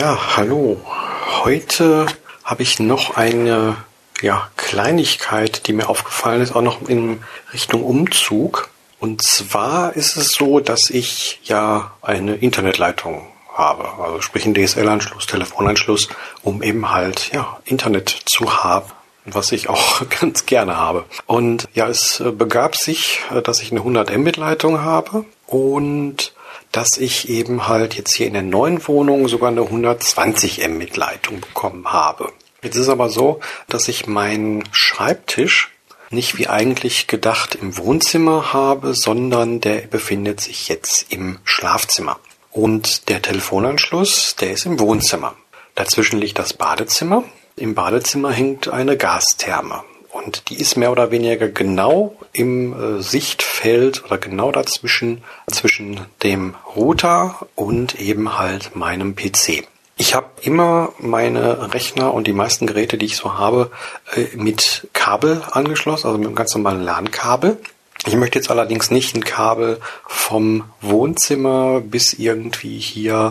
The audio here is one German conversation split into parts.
Ja, hallo. Heute habe ich noch eine Kleinigkeit, die mir aufgefallen ist, auch noch in Richtung Umzug. Und zwar ist es so, dass ich ja eine Internetleitung habe, also sprich einen DSL-Anschluss, Telefonanschluss, um eben halt Internet zu haben, was ich auch ganz gerne habe. Und ja, es begab sich, dass ich eine 100 Mbit-Leitung habe und dass ich eben halt jetzt hier in der neuen Wohnung sogar eine 120 Mbit-Leitung bekommen habe. Jetzt ist aber so, dass ich meinen Schreibtisch nicht wie eigentlich gedacht im Wohnzimmer habe, sondern der befindet sich jetzt im Schlafzimmer. Und der Telefonanschluss, der ist im Wohnzimmer. Dazwischen liegt das Badezimmer. Im Badezimmer hängt eine Gastherme. Und die ist mehr oder weniger genau im Sichtfeld oder genau dazwischen, zwischen dem Router und eben halt meinem PC. Ich habe immer meine Rechner und die meisten Geräte, die ich so habe, mit Kabel angeschlossen, also mit einem ganz normalen LAN-Kabel. Ich möchte jetzt allerdings nicht ein Kabel vom Wohnzimmer bis irgendwie hier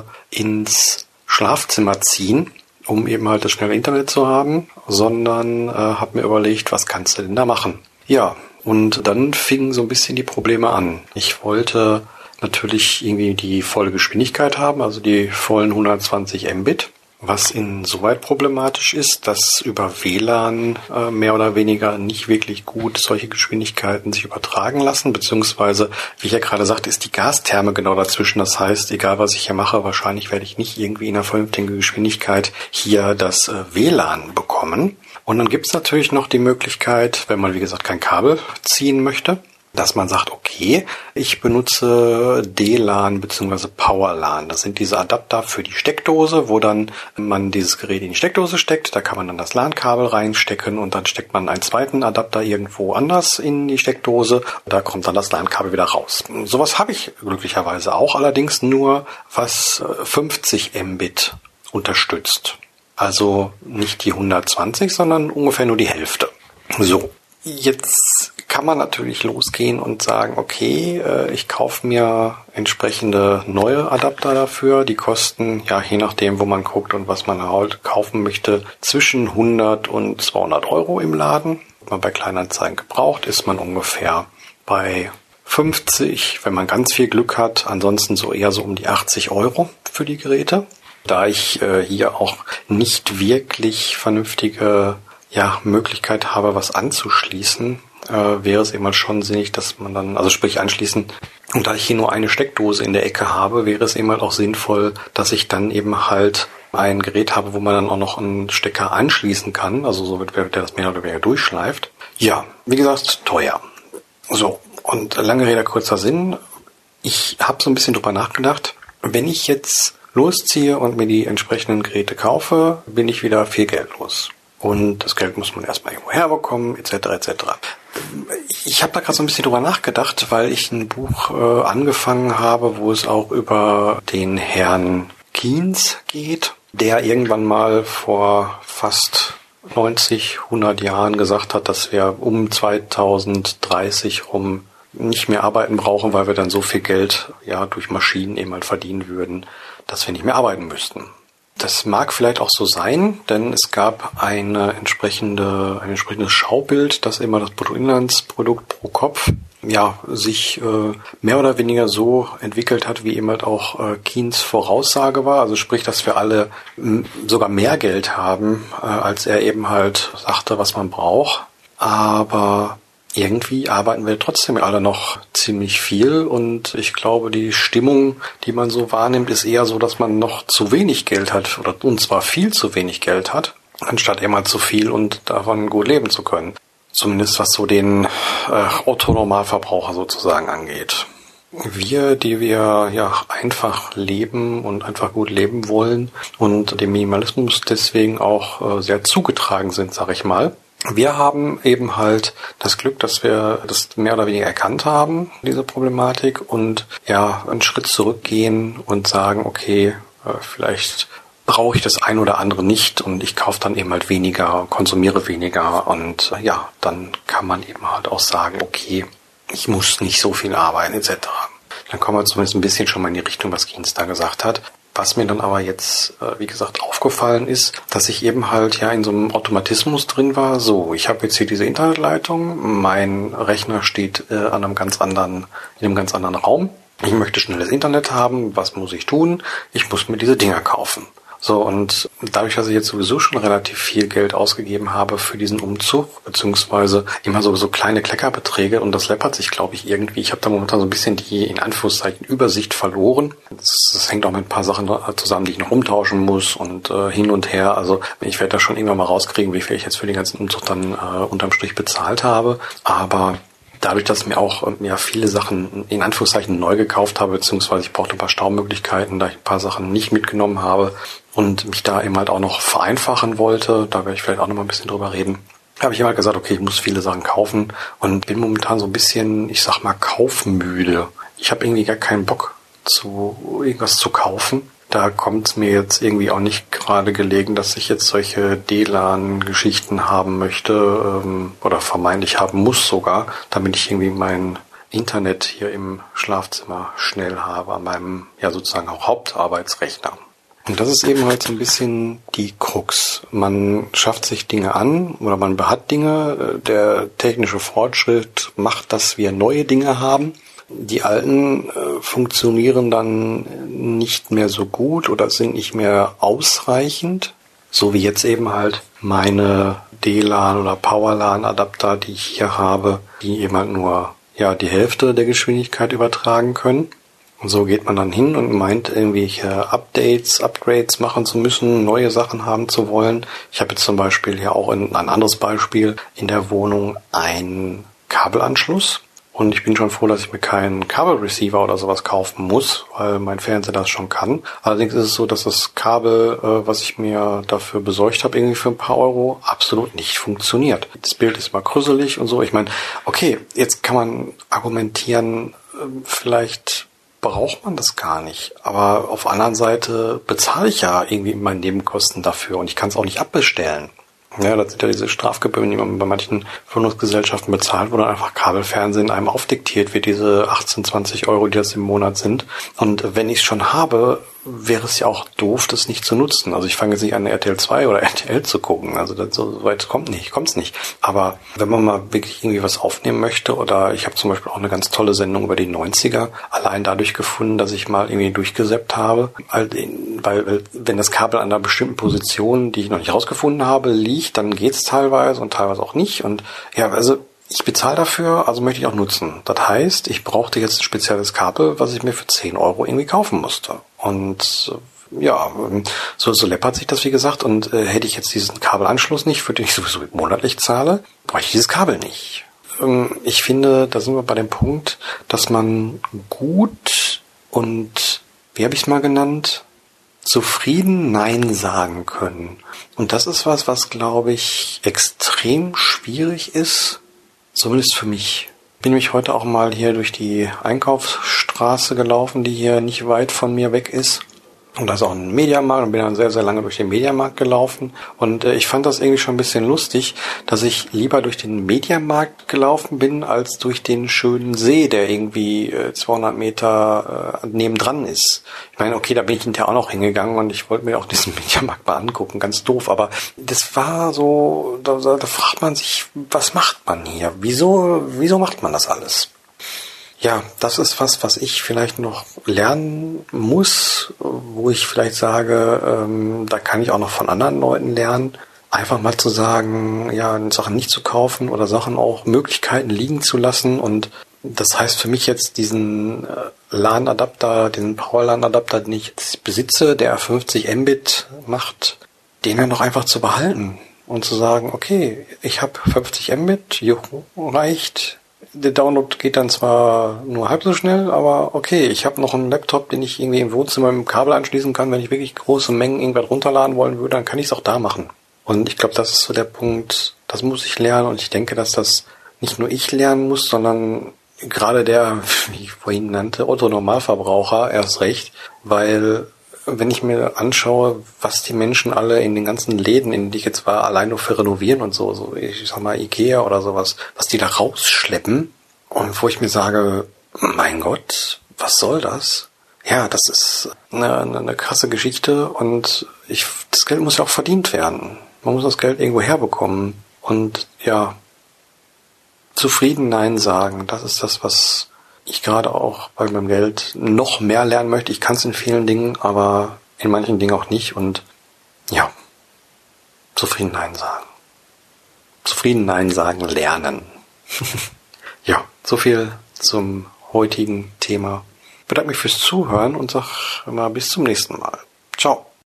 ins Schlafzimmer ziehen, um eben halt das schnelle Internet zu haben, sondern habe mir überlegt, was kannst du denn da machen? Ja, und dann fingen so ein bisschen die Probleme an. Ich wollte natürlich irgendwie die volle Geschwindigkeit haben, also die vollen 120 Mbit, was insoweit problematisch ist, dass über WLAN mehr oder weniger nicht wirklich gut solche Geschwindigkeiten sich übertragen lassen, beziehungsweise, wie ich ja gerade sagte, ist die Gastherme genau dazwischen. Das heißt, egal was ich hier mache, wahrscheinlich werde ich nicht irgendwie in einer vernünftigen Geschwindigkeit hier das WLAN bekommen. Und dann gibt es natürlich noch die Möglichkeit, wenn man, wie gesagt, kein Kabel ziehen möchte, dass man sagt, okay, ich benutze D-LAN bzw. Power-LAN. Das sind diese Adapter für die Steckdose, wo dann man dieses Gerät in die Steckdose steckt. Da kann man dann das LAN-Kabel reinstecken und dann steckt man einen zweiten Adapter irgendwo anders in die Steckdose. Da kommt dann das LAN-Kabel wieder raus. Sowas habe ich glücklicherweise auch, allerdings nur, was 50 Mbit unterstützt. Also nicht die 120, sondern ungefähr nur die Hälfte. So, jetzt kann man natürlich losgehen und sagen, okay, ich kaufe mir entsprechende neue Adapter dafür. Die kosten, ja, je nachdem, wo man guckt und was man halt kaufen möchte, zwischen 100 und 200 Euro im Laden. Wenn man bei Kleinanzeigen gebraucht, ist man ungefähr bei 50, wenn man ganz viel Glück hat. Ansonsten so eher so um die 80 Euro für die Geräte. Da ich hier auch nicht wirklich vernünftige Möglichkeit habe, was anzuschließen, wäre es eben halt schon sinnig, dass man dann, also sprich anschließen, und da ich hier nur eine Steckdose in der Ecke habe, wäre es eben halt auch sinnvoll, dass ich dann eben halt ein Gerät habe, wo man dann auch noch einen Stecker anschließen kann, also so wird der das mehr oder weniger durchschleift. Ja, wie gesagt, teuer. So, und lange Rede, kurzer Sinn. Ich habe so ein bisschen drüber nachgedacht, wenn ich jetzt losziehe und mir die entsprechenden Geräte kaufe, bin ich wieder viel Geld los. Und das Geld muss man erstmal irgendwo herbekommen, etc. etc. Ich habe da gerade so ein bisschen drüber nachgedacht, weil ich ein Buch angefangen habe, wo es auch über den Herrn Keynes geht, der irgendwann mal vor fast 90, 100 Jahren gesagt hat, dass wir um 2030 rum nicht mehr arbeiten brauchen, weil wir dann so viel Geld durch Maschinen eben halt verdienen würden, dass wir nicht mehr arbeiten müssten. Das mag vielleicht auch so sein, denn es gab ein entsprechendes Schaubild, dass immer das Bruttoinlandsprodukt pro Kopf sich mehr oder weniger so entwickelt hat, wie eben halt auch Keynes Voraussage war. Also sprich, dass wir alle sogar mehr Geld haben, als er eben halt sagte, was man braucht. Aber irgendwie arbeiten wir trotzdem alle noch ziemlich viel und ich glaube, die Stimmung, die man so wahrnimmt, ist eher so, dass man noch zu wenig Geld hat und zwar viel zu wenig Geld hat, anstatt immer zu viel und davon gut leben zu können. Zumindest was so den Otto-Normalverbraucher sozusagen angeht. Wir, die wir einfach leben und einfach gut leben wollen und dem Minimalismus deswegen auch sehr zugetragen sind, sag ich mal. Wir haben eben halt das Glück, dass wir das mehr oder weniger erkannt haben, diese Problematik, und einen Schritt zurückgehen und sagen, okay, vielleicht brauche ich das ein oder andere nicht und ich kaufe dann eben halt weniger, konsumiere weniger und dann kann man eben halt auch sagen, okay, ich muss nicht so viel arbeiten etc. Dann kommen wir zumindest ein bisschen schon mal in die Richtung, was Keynes da gesagt hat. Was mir dann aber jetzt, wie gesagt, aufgefallen ist, dass ich eben halt ja in so einem Automatismus drin war. So, ich habe jetzt hier diese Internetleitung, mein Rechner steht in einem ganz anderen Raum. Ich möchte schnelles Internet haben. Was muss ich tun? Ich muss mir diese Dinger kaufen. So, und dadurch, dass ich jetzt sowieso schon relativ viel Geld ausgegeben habe für diesen Umzug, beziehungsweise immer so kleine Kleckerbeträge, und das läppert sich, glaube ich, irgendwie. Ich habe da momentan so ein bisschen die, in Anführungszeichen, Übersicht verloren. Das hängt auch mit ein paar Sachen zusammen, die ich noch umtauschen muss und hin und her. Also ich werde da schon irgendwann mal rauskriegen, wie viel ich jetzt für den ganzen Umzug dann unterm Strich bezahlt habe. Aber dadurch, dass ich mir auch viele Sachen in Anführungszeichen neu gekauft habe, beziehungsweise ich brauchte ein paar Staumöglichkeiten, da ich ein paar Sachen nicht mitgenommen habe und mich da eben halt auch noch vereinfachen wollte, da werde ich vielleicht auch noch mal ein bisschen drüber reden, habe ich immer halt gesagt, okay, ich muss viele Sachen kaufen und bin momentan so ein bisschen, ich sag mal, kaufmüde. Ich habe irgendwie gar keinen Bock, irgendwas zu kaufen. Da kommt es mir jetzt irgendwie auch nicht gerade gelegen, dass ich jetzt solche DLAN-Geschichten haben möchte oder vermeintlich haben muss sogar, damit ich irgendwie mein Internet hier im Schlafzimmer schnell habe, an meinem ja sozusagen auch Hauptarbeitsrechner. Und das ist eben halt so ein bisschen die Krux. Man schafft sich Dinge an oder man hat Dinge. Der technische Fortschritt macht, dass wir neue Dinge haben. Die alten funktionieren dann nicht mehr so gut oder sind nicht mehr ausreichend. So wie jetzt eben halt meine DLAN oder PowerLAN-Adapter, die ich hier habe, die eben halt nur die Hälfte der Geschwindigkeit übertragen können. Und so geht man dann hin und meint, irgendwelche Upgrades machen zu müssen, neue Sachen haben zu wollen. Ich habe jetzt zum Beispiel hier auch ein anderes Beispiel in der Wohnung, einen Kabelanschluss. Und ich bin schon froh, dass ich mir keinen Kabelreceiver oder sowas kaufen muss, weil mein Fernseher das schon kann. Allerdings ist es so, dass das Kabel, was ich mir dafür besorgt habe, irgendwie für ein paar Euro, absolut nicht funktioniert. Das Bild ist mal krüsselig und so. Ich meine, okay, jetzt kann man argumentieren, vielleicht braucht man das gar nicht. Aber auf der anderen Seite bezahle ich ja irgendwie meine Nebenkosten dafür und ich kann es auch nicht abbestellen. Ja, das sind ja diese Strafgebühren, die man bei manchen Wohnungsgesellschaften bezahlt, wo dann einfach Kabelfernsehen einem aufdiktiert wird, diese 18, 20 Euro, die das im Monat sind. Und wenn ich es schon habe, wäre es ja auch doof, das nicht zu nutzen. Also ich fange jetzt nicht an, RTL 2 oder RTL zu gucken. Also das, so weit kommt's nicht. Aber wenn man mal wirklich irgendwie was aufnehmen möchte, oder ich habe zum Beispiel auch eine ganz tolle Sendung über die 90er, allein dadurch gefunden, dass ich mal irgendwie durchgesäppt habe, weil wenn das Kabel an einer bestimmten Position, die ich noch nicht rausgefunden habe, liegt, dann geht's teilweise und teilweise auch nicht. Und ja, also ich bezahle dafür, also möchte ich auch nutzen. Das heißt, ich brauchte jetzt ein spezielles Kabel, was ich mir für 10 Euro irgendwie kaufen musste. Und ja, so läppert sich das, wie gesagt. Und hätte ich jetzt diesen Kabelanschluss nicht, für den ich sowieso monatlich zahle, bräuchte ich dieses Kabel nicht. Ich finde, da sind wir bei dem Punkt, dass man gut und, wie habe ich es mal genannt, zufrieden Nein sagen können. Und das ist was glaube ich, extrem schwierig ist, zumindest für mich. Ich bin nämlich heute auch mal hier durch die Einkaufsstraße gelaufen, die hier nicht weit von mir weg ist. Und da ist auch ein Mediamarkt und bin dann sehr, sehr lange durch den Mediamarkt gelaufen. Und ich fand das irgendwie schon ein bisschen lustig, dass ich lieber durch den Mediamarkt gelaufen bin, als durch den schönen See, der irgendwie 200 Meter nebendran ist. Ich meine, okay, da bin ich hinterher auch noch hingegangen und ich wollte mir auch diesen Mediamarkt mal angucken, ganz doof. Aber das war so, da fragt man sich, was macht man hier? Wieso macht man das alles? Ja, das ist was ich vielleicht noch lernen muss, wo ich vielleicht sage, da kann ich auch noch von anderen Leuten lernen. Einfach mal zu sagen, ja, Sachen nicht zu kaufen oder Sachen auch Möglichkeiten liegen zu lassen. Und das heißt für mich jetzt diesen LAN-Adapter, diesen Power-LAN-Adapter, den ich jetzt besitze, der 50 Mbit macht, den dann noch einfach zu behalten und zu sagen, okay, ich habe 50 Mbit, juhu, reicht. Der Download geht dann zwar nur halb so schnell, aber okay, ich habe noch einen Laptop, den ich irgendwie im Wohnzimmer mit dem Kabel anschließen kann. Wenn ich wirklich große Mengen irgendwas runterladen wollen würde, dann kann ich es auch da machen. Und ich glaube, das ist so der Punkt, das muss ich lernen. Und ich denke, dass das nicht nur ich lernen muss, sondern gerade der, wie ich vorhin nannte, Otto-Normalverbraucher erst recht. Weil wenn ich mir anschaue, was die Menschen alle in den ganzen Läden, in die ich jetzt war, allein nur für Renovieren und so ich sag mal Ikea oder sowas, was die da rausschleppen und wo ich mir sage, mein Gott, was soll das? ja, das ist eine krasse Geschichte und das Geld muss ja auch verdient werden. Man muss das Geld irgendwo herbekommen und ja, zufrieden Nein sagen, das ist das, was ich gerade auch bei meinem Geld noch mehr lernen möchte. Ich kann es in vielen Dingen, aber in manchen Dingen auch nicht und ja, zufrieden Nein sagen. Zufrieden Nein sagen lernen. Ja, so viel zum heutigen Thema. Ich bedanke mich fürs Zuhören und sag mal bis zum nächsten Mal. Ciao.